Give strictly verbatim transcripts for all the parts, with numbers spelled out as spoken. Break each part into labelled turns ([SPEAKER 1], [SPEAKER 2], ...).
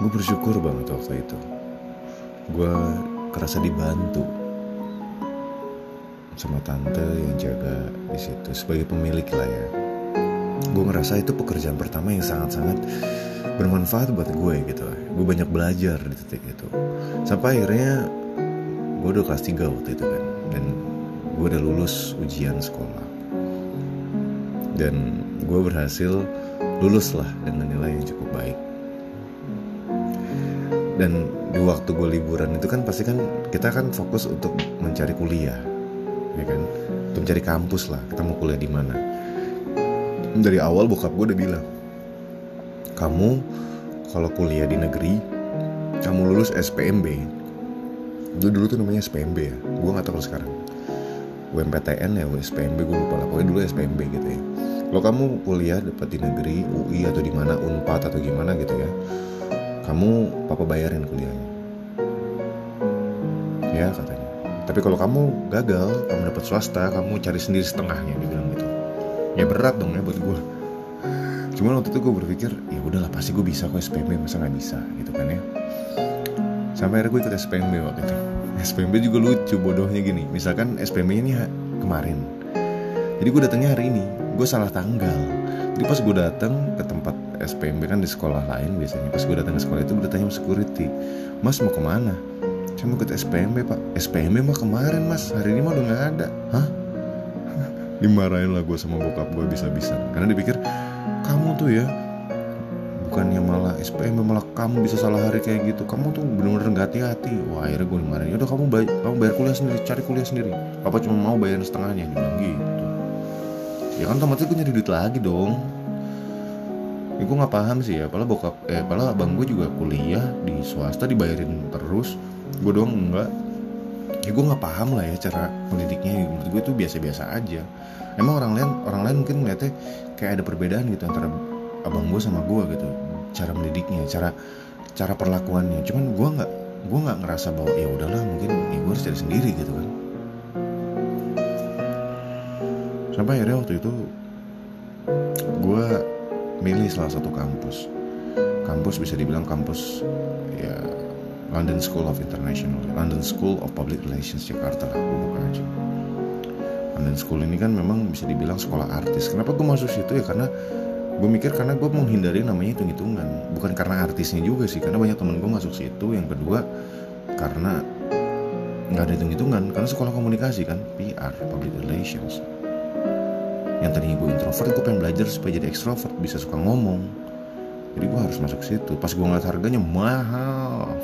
[SPEAKER 1] gue bersyukur banget waktu itu. Gue kerasa dibantu sama tante yang jaga di situ sebagai pemilik lah ya. Gue ngerasa itu pekerjaan pertama yang sangat-sangat bermanfaat buat gue gitu. Gue banyak belajar di titik itu. Sampai akhirnya gue udah kelas tiga waktu itu kan. Dan gue udah lulus ujian sekolah. Dan gue berhasil lulus lah dengan nilai yang cukup baik. Dan di waktu gue liburan itu kan pasti kan kita kan fokus untuk mencari kuliah, ya kan, untuk mencari kampus lah, kita mau kuliah di mana. Dari awal bokap gue udah bilang, kamu kalau kuliah di negeri, kamu lulus S P M B. Dulu dulu tuh namanya S P M B ya, gue nggak tahu kalau sekarang. U M P T N ya, S P M B gue lupa lah, pokoknya dulu S P M B gitu ya. Kalau kamu kuliah dapat di negeri, U I atau di mana, Unpad atau gimana gitu ya, kamu papa bayarin kuliahnya, ya katanya. Tapi kalau kamu gagal, kamu dapat swasta, kamu cari sendiri setengahnya, dibilang gitu. Ya berat dong ya buat gue. Cuman waktu itu gue berpikir, ya udahlah pasti gue bisa kok S P M B, masa nggak bisa gitu kan ya. Sampai akhirnya gue ikut S P M B waktu itu. S P M B juga lucu, bodohnya gini. Misalkan S P M B-nya nih kemarin, jadi gue datangnya hari ini, gue salah tanggal. Jadi pas gue datang ke tempat S P M B kan di sekolah lain biasanya. Pas gue datang ke sekolah itu gue tanya sama security, mas mau kemana? Saya mau ikut S P M B pak. S P M B mah kemarin mas, hari ini mah udah gak ada. Hah? Dimarahin lah gue sama bokap gue bisa-bisa. Karena dipikir, kamu tuh ya, bukannya malah S P M B, malah kamu bisa salah hari kayak gitu. Kamu tuh bener-bener gak hati-hati. Wah akhirnya gue dimarahin. Yaudah kamu bayar, kamu bayar kuliah sendiri, cari kuliah sendiri. Papa cuma mau bayarin setengahnya, dibilang gitu. Ya kan otomatis gue nyari duit lagi dong. Ya gue gak paham sih ya. Padahal bokap, eh padahal abang gue juga kuliah di swasta dibayarin terus, gue doang enggak. Ya gue gak paham lah ya cara pendidiknya. Menurut gue itu biasa-biasa aja. Emang orang lain orang lain mungkin ngeliatnya kayak ada perbedaan gitu antara abang gue sama gue gitu, cara mendidiknya, cara cara perlakuannya. Cuman gue nggak gue nggak ngerasa bahwa ya udahlah mungkin ya gue harus cari sendiri gitu kan. Sampai akhirnya waktu itu gue milih salah satu kampus. Kampus bisa dibilang kampus ya London School of International, London School of Public Relations Jakarta lah, gue buka aja. London School ini kan memang bisa dibilang sekolah artis. Kenapa gue masuk situ ya karena gue mikir karena gue menghindari namanya hitung-hitungan. Bukan karena artisnya juga sih, karena banyak temen gue masuk situ. Yang kedua karena gak ada hitung-hitungan, karena sekolah komunikasi kan, P R, Public Relations. Yang tadinya gue introvert, gue pengen belajar supaya jadi extrovert, bisa suka ngomong. Jadi gue harus masuk situ. Pas gue ngeliat harganya mahal.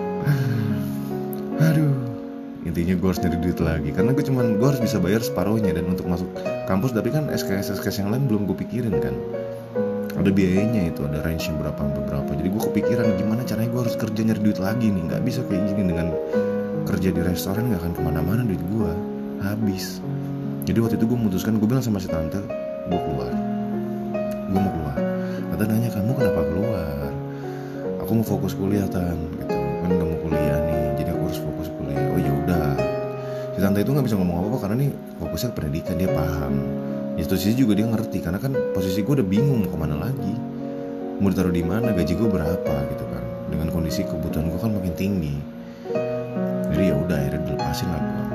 [SPEAKER 1] Aduh, intinya gue harus nyari duit lagi. Karena gue cuman, gue harus bisa bayar separuhnya. Dan untuk masuk kampus, tapi kan S K S S K S yang lain belum gue pikirin kan. Ada biayanya itu, ada range-nya berapa beberapa. Jadi gue kepikiran gimana caranya gue harus kerja nyari duit lagi nih. Gak bisa kayak gini, dengan kerja di restoran gak akan kemana-mana duit gue, habis. Jadi waktu itu gue memutuskan, gue bilang sama si tante, gue keluar, gue mau keluar. Tante nanya, kamu kenapa keluar? Aku mau fokus kuliah tan, gitu kan, udah mau kuliah nih, jadi aku harus fokus kuliah. Oh ya udah. Si tante itu nggak bisa ngomong apa-apa karena nih fokusnya ke pendidikan, dia paham. Di satu sisi juga dia ngerti, karena kan posisi gue udah bingung mau kemana lagi, mau ditaruh di mana, gaji gue berapa gitu kan, dengan kondisi kebutuhan gue kan makin tinggi. Jadi ya udah akhirnya dilepasin lah gue.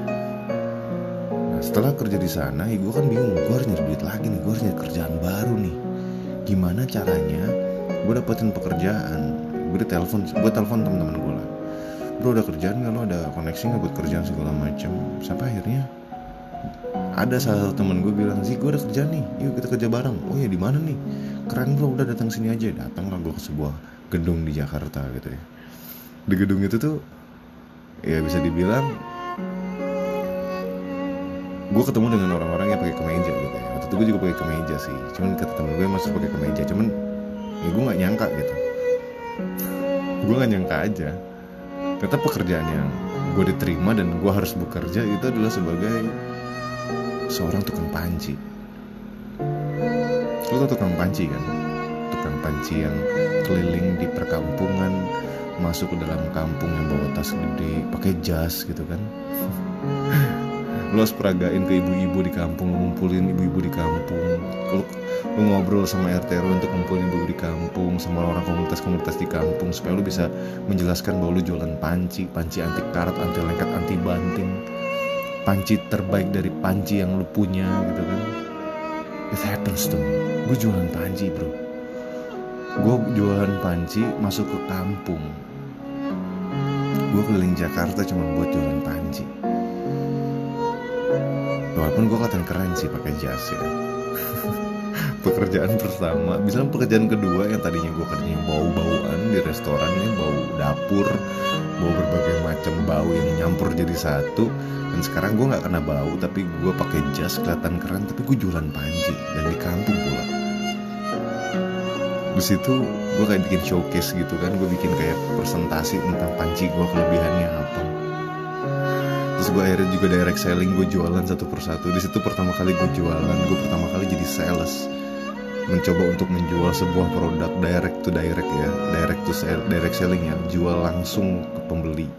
[SPEAKER 1] Nah setelah kerja di sana, ya gue kan bingung, gue harus nyari duit lagi nih, gue harus nyari kerjaan baru nih. Gimana caranya gue dapetin pekerjaan? Gue telepon, gue telepon teman-teman gue lah. Bro ada kerjaan nggak, lo ada koneksi nggak buat kerjaan segala macam. Sampai akhirnya ada salah satu teman gue bilang, sih gue ada kerjaan nih, yuk kita kerja bareng. Oh ya di mana nih? Keren bro, udah datang sini aja. Datang lah gue ke sebuah gedung di Jakarta gitu ya. Di gedung itu tuh ya bisa dibilang gue ketemu dengan orang-orang yang pakai kemeja gitu ya. Waktu itu gue juga pakai kemeja sih, cuman kata temen gue masih pakai kemeja, cuman ya gue nggak nyangka gitu. Gue nggak nyangka aja. Ternyata pekerjaan yang gue diterima dan gue harus bekerja itu adalah sebagai seorang tukang panci. Lo tau tukang panci kan? Tukang panci yang keliling di perkampungan, masuk ke dalam kampung yang bawa tas gede, pakai jas gitu kan. Lo harus peragain ke ibu-ibu di kampung, ngumpulin ibu-ibu di kampung. Lo, lo lu ngobrol sama R T R W untuk ngumpulin ibu di kampung, sama orang komunitas-komunitas di kampung, supaya lu bisa menjelaskan bahwa lu jualan panci, panci anti karat, anti lengket, anti banting, panci terbaik dari panci yang lu punya gitu kan. It happens to me. Gue jualan panci bro. Gue jualan panci masuk ke kampung. Gue keliling Jakarta cuma buat jualan panci. Walaupun gue kelihatan keren sih pakai jas ya. Pekerjaan pertama, bisa pekerjaan kedua yang tadinya gue kerjanya bau-bauan di restoran ini, bau dapur, bau berbagai macam bau yang nyampur jadi satu. Dan sekarang gue nggak kena bau, tapi gue pakai jas kelihatan keren, tapi gue jualan panci dan di kampung pula. Di situ gue kayak bikin showcase gitu kan, gue bikin kayak presentasi tentang panci gue, kelebihannya apa. Terus gue akhirnya juga direct selling, gue jualan satu persatu. Di situ pertama kali gue jualan, gue pertama kali jadi sales, mencoba untuk menjual sebuah produk direct to direct ya, direct to sell, direct selling ya, jual langsung ke pembeli.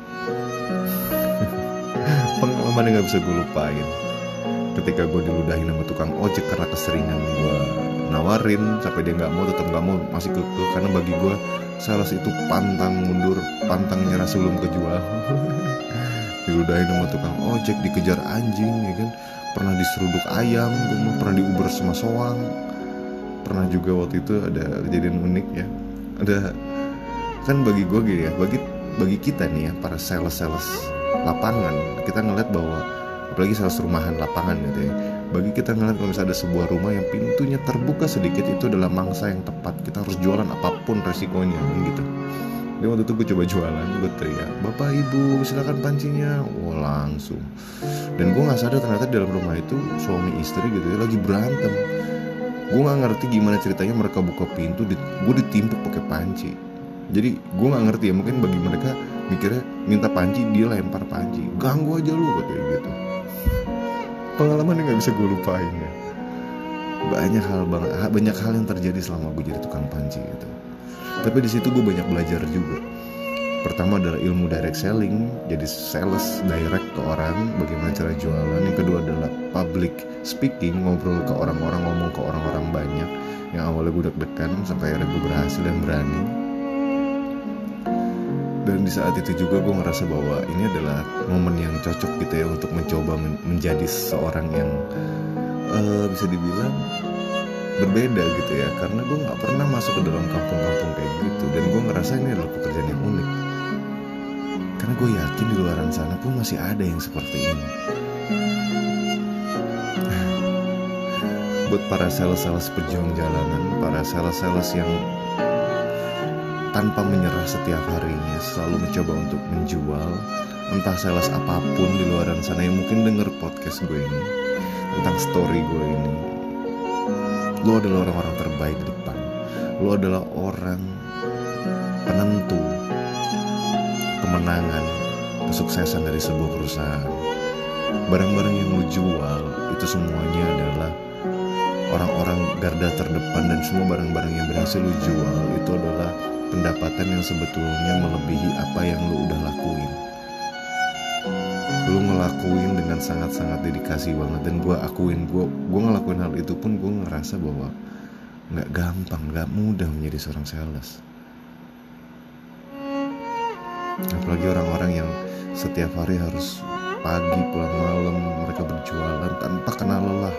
[SPEAKER 1] Pengalaman yang gak bisa gue lupain ketika gue diludahin sama tukang ojek karena keseringan gue nawarin sampai dia nggak mau, tetap nggak mau, masih kekeh. Karena bagi gue sales itu pantang mundur, pantang nyerah sebelum kejual. Diludahin sama tukang ojek, dikejar anjing ya kan, pernah diseruduk ayam, gue mau pernah diuber sama soang. Pernah juga waktu itu ada kejadian unik ya, ada kan bagi gue gini ya, bagi bagi kita nih ya para sales-sales lapangan, kita ngeliat bahwa apalagi sales rumahan lapangan gitu ya, bagi kita ngeliat kalau misalnya ada sebuah rumah yang pintunya terbuka sedikit, itu adalah mangsa yang tepat, kita harus jualan apapun resikonya gitu. Jadi waktu itu gue coba jualan, gue teriak, "Bapak ibu silakan pancinya." Wah langsung. Dan gue nggak sadar ternyata di dalam rumah itu suami istri gitu ya lagi berantem. Gue nggak ngerti gimana ceritanya mereka buka pintu, di, gue ditimpuk pakai panci. Jadi gue nggak ngerti ya, mungkin bagi mereka mikirnya minta panci, dia lempar panci, ganggu aja lu kayak gitu. Pengalaman yang nggak bisa gue lupain ya. Banyak hal banget, banyak hal yang terjadi selama gue jadi tukang panci gitu. Tapi di situ gue banyak belajar juga. Pertama adalah ilmu direct selling, jadi sales direct ke orang, bagaimana cara jualan. Yang kedua adalah public speaking, ngobrol ke orang-orang, ngomong ke orang-orang banyak. Yang awalnya gue deg-degan sampai akhirnya gue berhasil dan berani. Dan di saat itu juga gue ngerasa bahwa ini adalah momen yang cocok gitu ya untuk mencoba men- menjadi seorang yang uh, bisa dibilang berbeda gitu ya. Karena gue gak pernah masuk ke dalam kampung-kampung kayak gitu. Dan gue ngerasa ini adalah pekerjaan yang unik. Karena gue yakin di luar sana pun masih ada yang seperti ini. Buat para sales-sales pejuang jalanan, para sales-sales yang tanpa menyerah setiap harinya selalu mencoba untuk menjual, entah sales apapun di luar sana yang mungkin denger podcast gue ini, tentang story gue ini. Lo adalah orang-orang terbaik di depan. Lo adalah orang penentu kemenangan, kesuksesan dari sebuah perusahaan. Barang-barang yang lo jual itu semuanya adalah orang-orang garda terdepan, dan semua barang-barang yang berhasil lo jual itu adalah pendapatan yang sebetulnya melebihi apa yang lo udah lakuin. Lo ngelakuin dengan sangat-sangat dedikasi banget, dan gue akuin, gue gue ngelakuin hal itu pun gue ngerasa bahwa nggak gampang, nggak mudah menjadi seorang sales. Apalagi orang-orang yang setiap hari harus pagi pulang malam mereka berjualan tanpa kenal lelah.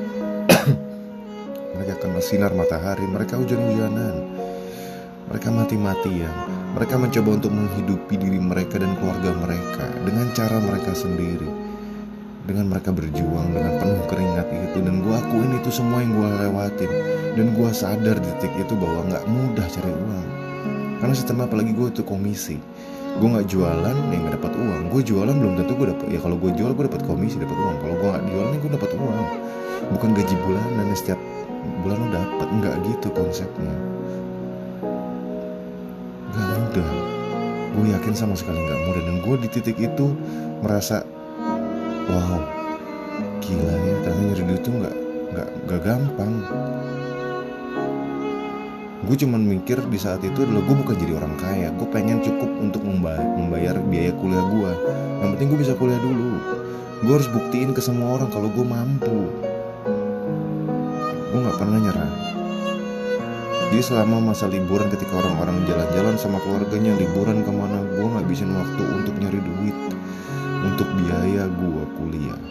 [SPEAKER 1] Mereka kena sinar matahari, mereka hujan-hujanan, mereka mati-matian. Mereka mencoba untuk menghidupi diri mereka dan keluarga mereka dengan cara mereka sendiri, dengan mereka berjuang dengan penuh keringat itu. Dan gue akuin itu semua yang gue lewatin, dan gue sadar di titik itu bahwa gak mudah cari uang. Karena sistemnya apalagi gue itu komisi. Gue gak jualan ya gak dapat uang. Gue jualan belum tentu gue dapat. Ya kalau gue jual gue dapat komisi, dapat uang. Kalau gue gak jualan gue dapat uang. Bukan gaji bulanan setiap bulan lo dapat, nggak gitu konsepnya. Gak mudah. Gue yakin sama sekali gak mudah. Dan gue di titik itu merasa, wow, gila ya, ternyata nyari duit itu gak, gak, gak gampang. Gue cuman mikir di saat itu adalah gue bukan jadi orang kaya. Gue pengen cukup untuk membayar, membayar biaya kuliah gue. Yang penting gue bisa kuliah dulu. Gue harus buktiin ke semua orang kalau gue mampu. gue nggak pernah nyerah. Jadi selama masa liburan ketika orang-orang jalan-jalan sama keluarganya, liburan kemana, gue ngabisin waktu untuk nyari duit, untuk biaya gue kuliah.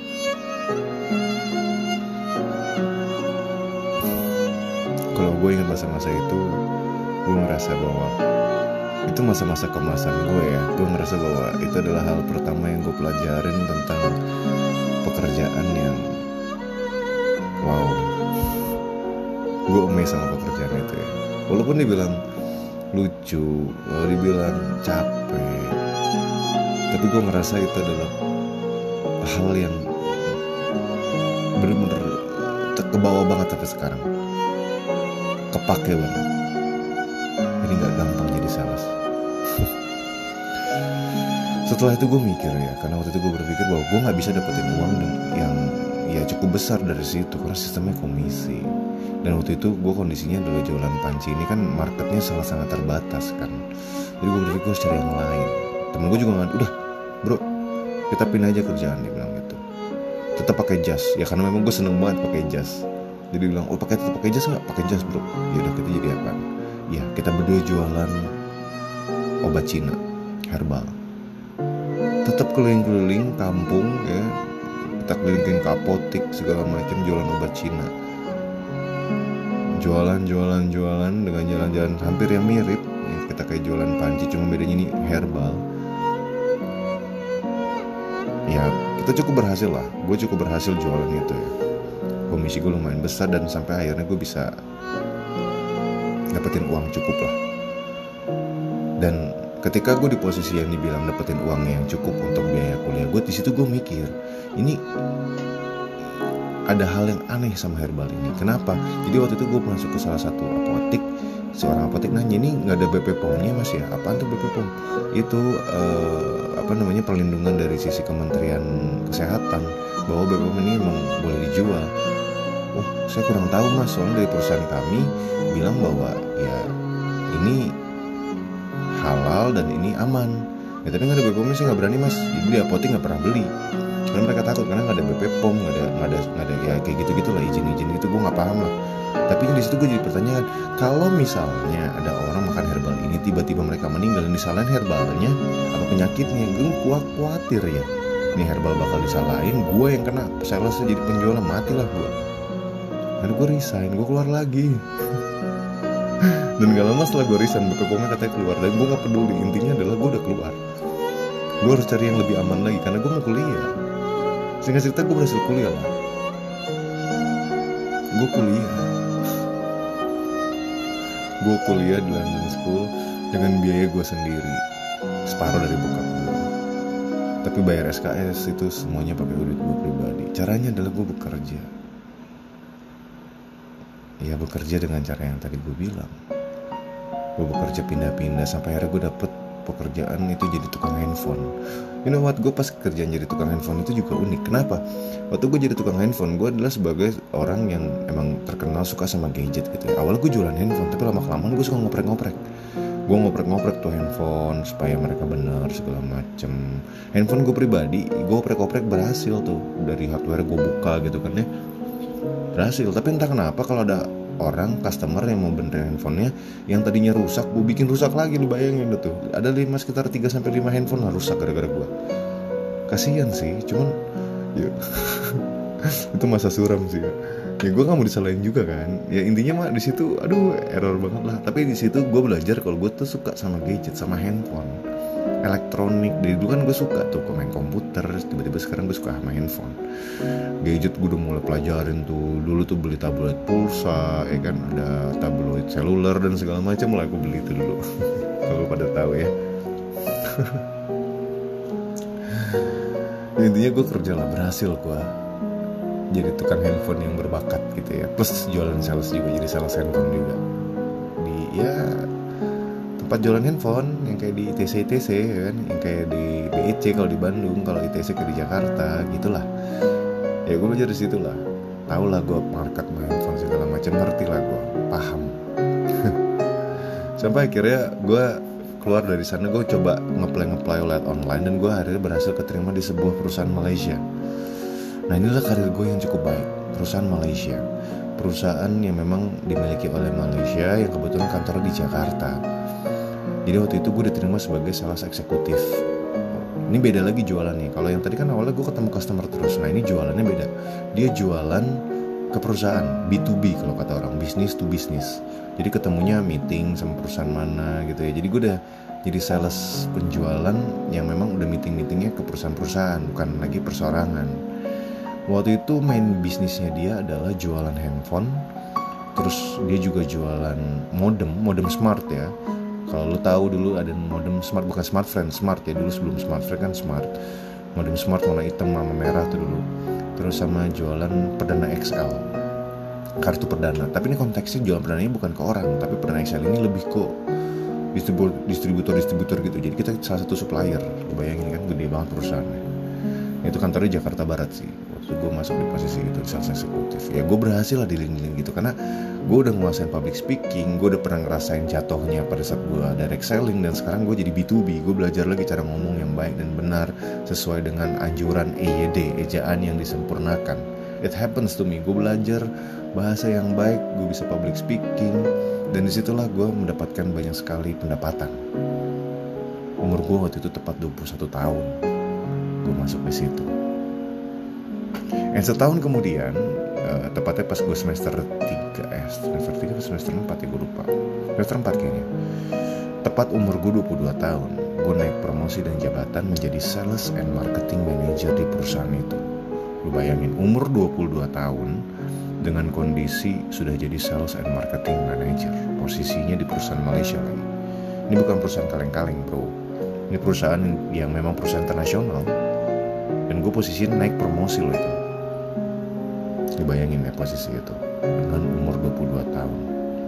[SPEAKER 1] Kalau gue ingat masa-masa itu, gue ngerasa bahwa itu masa-masa kemasan gue ya. Gue ngerasa bahwa itu adalah hal pertama yang gue pelajarin tentang pekerjaan yang wow. Gue amazed sama pekerjaan itu ya. Walaupun dibilang lucu, walaupun dibilang capek, tapi gue ngerasa itu adalah hal yang bener-bener kebawa banget sampai sekarang, kepake banget. Ini gak gampang jadi sales. Setelah itu gue mikir ya, karena waktu itu gue berpikir bahwa gue gak bisa dapetin uang yang ya cukup besar dari situ, karena sistemnya komisi. Dan waktu itu gue kondisinya adalah jualan panci. Ini kan marketnya sangat-sangat terbatas kan. Jadi gue berpikir gue harus cari yang lain. Temen gue juga nggak, udah bro kita pin aja kerjaan, dia bilang gitu. Tetap pakai jas ya, karena memang gue seneng banget pakai jas. Jadi bilang, oh pakai tetap pakai jas nggak? Pakai jas bro. Ya udah, kita jadi apa? Ya kita berdua jualan obat Cina herbal. Tetap keliling-keliling kampung ya, kita keliling-keliling ke apotik segala macam, jualan obat Cina. Jualan, jualan, jualan dengan jalan-jalan hampir yang mirip ya, kita kayak jualan panci, cuma bedanya ini herbal. Ya kita cukup berhasil lah, gue cukup berhasil jualan itu ya. Komisi gue lumayan besar dan sampai akhirnya gue bisa dapetin uang cukup lah. Dan ketika gue di posisi yang dibilang dapetin uang yang cukup untuk biaya kuliah gue, di situ gue mikir, ini ada hal yang aneh sama herbal ini. Kenapa? Jadi waktu itu gue masuk ke salah satu apotik. Seorang apotik nanya, ini gak ada B P P O M-nya mas ya? Apaan tuh B P P O M? Itu uh, apa namanya perlindungan dari sisi Kementerian Kesehatan, bahwa B P P O M ini memang boleh dijual. Oh saya kurang tahu mas, soalnya dari perusahaan kami bilang bahwa ya ini halal dan ini aman. Ya tapi gak ada B P P O M-nya, saya gak berani mas. Jadi di apotik gak pernah beli, karena mereka takut, karena nggak ada B P P O M, nggak ada nggak ada nggak ada ya kayak gitu gitulah, izin-izin gitu, gue nggak paham lah. Tapi di situ gue jadi pertanyaan, kalau misalnya ada orang makan herbal ini tiba-tiba mereka meninggal dan disalahin herbalnya apa penyakitnya, gue kuat khawatir ya, ini herbal bakal disalahin, gue yang kena, salesnya jadi penjual, matilah gue. Dan gue resign, gue keluar lagi. Dan gak lama setelah gue resign, B P P O M-nya katanya keluar, dan gue nggak peduli, intinya adalah gue udah keluar. Gue harus cari yang lebih aman lagi karena gue mau kuliah. Singkat cerita gue berhasil kuliah lah. Gue kuliah. Gue kuliah di London School dengan biaya gue sendiri, separuh dari bokap gue. Tapi bayar S K S itu semuanya pakai duit gue pribadi. Caranya adalah gue bekerja. Ya bekerja dengan cara yang tadi gue bilang. Gue bekerja pindah-pindah sampai akhirnya gue dapet pekerjaan itu jadi tukang handphone. You know what, gue pas kerjaan jadi tukang handphone itu juga unik. Kenapa? Waktu gue jadi tukang handphone, gue adalah sebagai orang yang emang terkenal suka sama gadget gitu ya. Awalnya gue jualan handphone, tapi lama-kelamaan gue suka ngoprek-ngoprek. Gue ngoprek-ngoprek tuh handphone supaya mereka benar segala macem. Handphone gue pribadi, gue oprek-oprek berhasil tuh. Dari hardware gue buka gitu kan ya, berhasil. Tapi entah kenapa kalau ada orang customer yang mau benerin handphonenya yang tadinya rusak, gue bikin rusak lagi. Lu bayangin tuh, ada lima sekitar tiga sampai lima handphone lah rusak gara-gara gue. Kasian sih, cuman ya itu masa suram sih ya. Ya gue gak mau disalahin juga kan. Ya intinya mah di situ aduh error banget lah. Tapi di situ gue belajar kalau gue tuh suka sama gadget, sama handphone, elektronik. Dari dulu kan gue suka tuh main komputer, tiba-tiba sekarang gue suka sama handphone. Gadget gue udah mulai pelajarin tuh. Dulu tuh beli tabloid pulsa, ya kan, ada tabloid seluler dan segala macam lah, gue beli itu dulu. Kalau pada tahu ya. Ya intinya gue kerja lah, berhasil gue jadi tukang handphone yang berbakat gitu ya. Plus jualan sales juga, jadi sales handphone juga di ya tempat jualan handphone yang kayak di I T C I T C ya kan, yang kayak di B E C kalau di Bandung, kalau I T C kayak di Jakarta gitulah. Ya gue belajar di situ lah, tau lah gue market handphone segala macam, ngerti lah gue, paham. Sampai akhirnya gue keluar dari sana, gue coba ngeplay ngeplay lewat online dan gue akhirnya berhasil keterima di sebuah perusahaan Malaysia. Nah inilah karir gue yang cukup baik, perusahaan Malaysia. perusahaan yang memang dimiliki oleh Malaysia yang kebetulan kantornya di Jakarta. Jadi waktu itu gue diterima sebagai sales eksekutif. Ini beda lagi jualannya. Kalau yang tadi kan awalnya gue ketemu customer terus. Nah ini jualannya beda. Dia jualan ke perusahaan B to B kalau kata orang, business to business. Jadi ketemunya meeting sama perusahaan mana gitu ya. Jadi gue udah jadi sales penjualan yang memang udah meeting-meetingnya ke perusahaan-perusahaan, bukan lagi perseorangan. Waktu itu main bisnisnya dia adalah jualan handphone. Terus dia juga jualan modem, modem smart ya. Kalau lo tahu dulu ada modem smart, bukan smartphone, smart ya dulu, sebelum smartphone kan smart. Modem smart warna hitam sama merah tuh dulu. Terus sama jualan Perdana X L, kartu perdana. Tapi ini konteksnya jualan perdananya bukan ke orang, tapi Perdana X L ini lebih ke distributor-distributor gitu. Jadi kita salah satu supplier. Bayangin kan gede banget perusahaannya. Itu kantornya Jakarta Barat sih. Waktu gue masuk di posisi itu, sales eksekutif. Ya gue berhasil lah di link-link gitu, karena gue udah nguasain public speaking. Gue udah pernah ngerasain jatuhnya pada saat gue direct selling. Dan sekarang gue jadi B to B. Gue belajar lagi cara ngomong yang baik dan benar sesuai dengan anjuran E Y D, ejaan yang disempurnakan. It happens to me. Gue belajar bahasa yang baik, gue bisa public speaking. Dan disitulah gue mendapatkan banyak sekali pendapatan. Umur gue waktu itu tepat dua puluh satu tahun. Gue masuk di situ. Dan setahun kemudian, uh, tepatnya pas gue semester tiga, eh semester tiga atau semester empat ya gue lupa. Semester empat kayaknya. Tepat umur gue dua puluh dua tahun, gue naik promosi dan jabatan menjadi Sales and Marketing Manager di perusahaan itu. Lu bayangin, umur dua puluh dua tahun dengan kondisi sudah jadi Sales and Marketing Manager. Posisinya di perusahaan Malaysia lagi. Ini bukan perusahaan kaleng-kaleng bro. Ini perusahaan yang memang perusahaan internasional. Dan gue posisinya naik promosi loh itu. Dibayangin ya posisi itu dengan umur dua puluh dua tahun.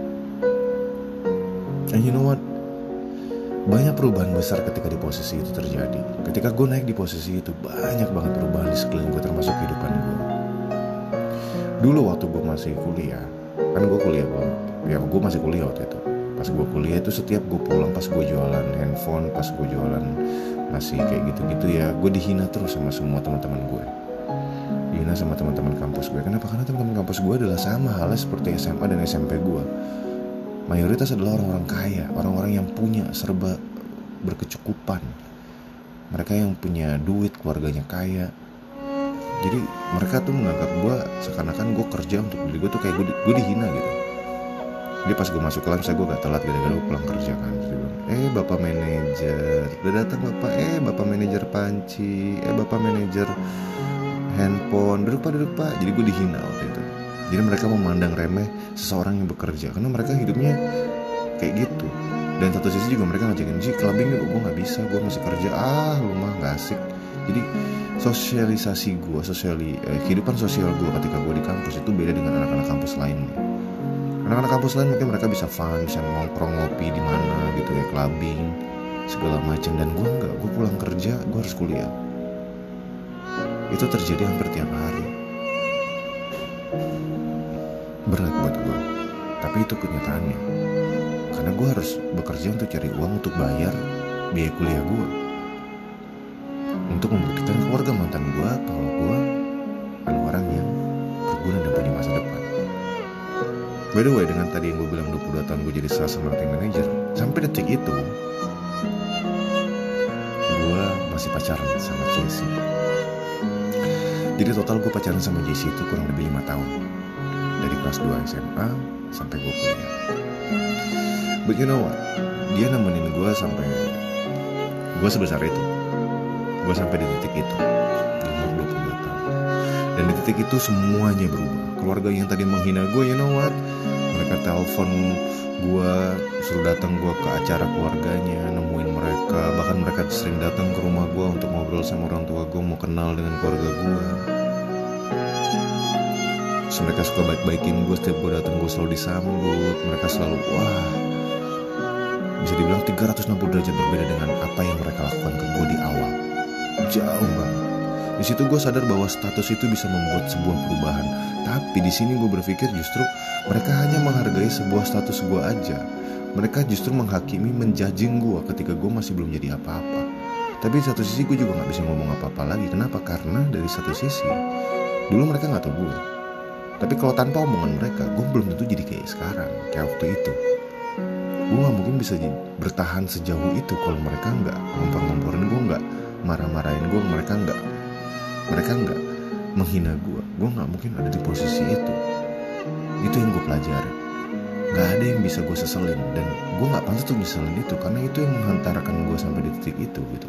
[SPEAKER 1] And you know what? Banyak perubahan besar ketika di posisi itu terjadi. Ketika gue naik di posisi itu, banyak banget perubahan di sekeliling gue, termasuk kehidupan gue. Dulu waktu gue masih kuliah, kan gue kuliah gue, ya gue masih kuliah waktu itu. Pas gue kuliah itu setiap gue pulang, pas gue jualan handphone, pas gue jualan masih kayak gitu-gitu ya, gue dihina terus sama semua teman-teman gue. Dihina sama teman-teman kampus gue. Kenapa? Karena teman-teman kampus gue adalah sama halnya seperti S M A dan S M P gue. Mayoritas adalah orang-orang kaya, orang-orang yang punya serba berkecukupan. Mereka yang punya duit, keluarganya kaya. Jadi mereka tuh menganggap gue seakan-akan gue kerja untuk diri gue tuh kayak gue, gue dihina gitu. Jadi pas gue masuk kelas, misalnya gue gak telat gara-gara gue pulang kerja kan. Terus dia bilang, eh bapak manajer, udah datang bapak, eh bapak manajer panci, eh bapak manajer handphone, duduk pak, duduk pak. Jadi gue dihina waktu itu. Jadi mereka memandang remeh seseorang yang bekerja, karena mereka hidupnya kayak gitu. Dan satu sisi juga mereka ngajakin, Ji clubbing yuk, gue gak bisa, gue masih kerja, ah lu mah gak asik. Jadi sosialisasi gue, sosiali, eh, kehidupan sosial gue ketika gue di kampus itu beda dengan anak-anak kampus lainnya. Anak-anak kampus lain mungkin mereka bisa fun, bisa nongkrong ngopi di mana gitu ya, clubbing segala macam. Dan gue enggak, gue pulang kerja, gue harus kuliah. Itu terjadi hampir tiap hari. Berat buat gue, tapi itu kenyataannya. Karena gue harus bekerja untuk cari uang untuk bayar biaya kuliah gue, untuk membuktikan keluarga mantan gue kalau gue adalah orang yang berguna dan punya masa depan. By the way, dengan tadi yang gue bilang dua puluh dua tahun gue jadi sales and marketing manager, sampai detik itu gue masih pacaran sama Jessie. Jadi total gue pacaran sama Jessie itu kurang lebih lima tahun, dari kelas dua S M A sampai gue kuliah. But you know what? Dia nemenin gue sampai gue sebesar itu. Gue sampai di titik itu di umur dua puluh dua tahun. Dan di titik itu semuanya berubah. Keluarga yang tadi menghina gue, you know what? Mereka telepon gue, suruh datang gue ke acara keluarganya, nemuin mereka. Bahkan mereka sering datang ke rumah gue untuk ngobrol sama orang tua gue, mau kenal dengan keluarga gue. Terus mereka suka baik-baikin gue, setiap gue datang gue selalu disambut. Mereka selalu, wah, bisa dibilang tiga ratus enam puluh derajat berbeda dengan apa yang mereka lakukan ke gue di awal. Jauh banget. Di situ gue sadar bahwa status itu bisa membuat sebuah perubahan. Tapi di sini gue berpikir justru mereka hanya menghargai sebuah status gue aja. Mereka justru menghakimi, menjudging gue ketika gue masih belum jadi apa-apa. Tapi di satu sisi gue juga gak bisa ngomong apa-apa lagi. Kenapa? Karena dari satu sisi dulu mereka gak tahu gue. Tapi kalau tanpa omongan mereka, gue belum tentu jadi kayak sekarang, kayak waktu itu. Gue gak mungkin bisa bertahan sejauh itu kalau mereka gak ngompor-ngomporin gue, gak marah-marahin gue, mereka gak mereka gak menghina gue. Gue gak mungkin ada di posisi itu. Itu yang gue pelajari. Gak ada yang bisa gue seselin, dan gue gak pantas tuh nyeselin itu, karena itu yang menghantarkan gue sampai di titik itu gitu.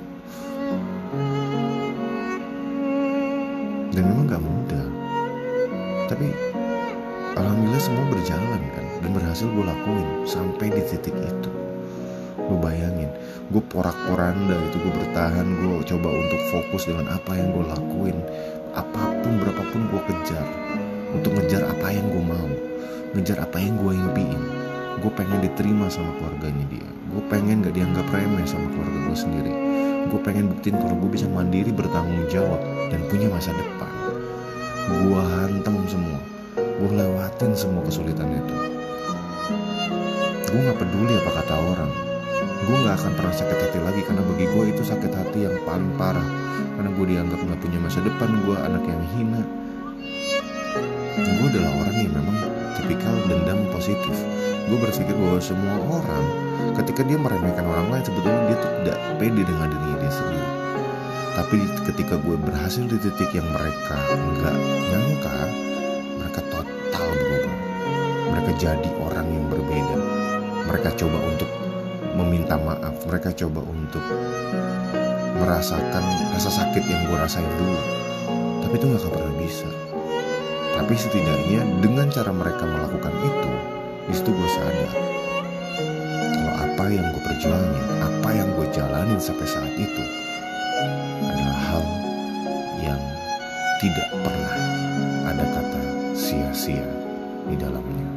[SPEAKER 1] Dan memang gak mudah, tapi alhamdulillah semua berjalan kan, dan berhasil gue lakuin sampai di titik itu. Gue bayangin, gue porak-poranda itu, gue bertahan, gue coba untuk fokus dengan apa yang gue lakuin, apapun berapapun gue kejar, untuk ngejar apa yang gue mau, ngejar apa yang gue impiin. Gue pengen diterima sama keluarganya dia, gue pengen gak dianggap remeh sama keluarga gue sendiri, gue pengen buktiin kalau gue bisa mandiri, bertanggung jawab, dan punya masa depan. Gue hantem semua, gue lewatin semua kesulitan itu. Gue gak peduli apa kata orang. Gue gak akan pernah sakit hati lagi, karena bagi gue itu sakit hati yang paling parah, karena gue dianggap gak punya masa depan, gue anak yang hina. Gue adalah orang yang memang tipikal dendam positif. Gue berpikir bahwa semua orang, ketika dia meremehkan orang lain, sebetulnya dia tuh tidak pede dengan dirinya dia sendiri. Tapi ketika gue berhasil di titik yang mereka gak nyangka, mereka total berubah. Mereka jadi orang yang berbeda. Mereka coba untuk meminta maaf, mereka coba untuk merasakan rasa sakit yang gue rasain dulu. Tapi itu gak akan pernah bisa. Tapi setidaknya dengan cara mereka melakukan itu, disitu gue sadar kalau apa yang gue perjuangin, apa yang gue jalanin sampai saat itu adalah hal yang tidak pernah ada kata sia-sia di dalamnya.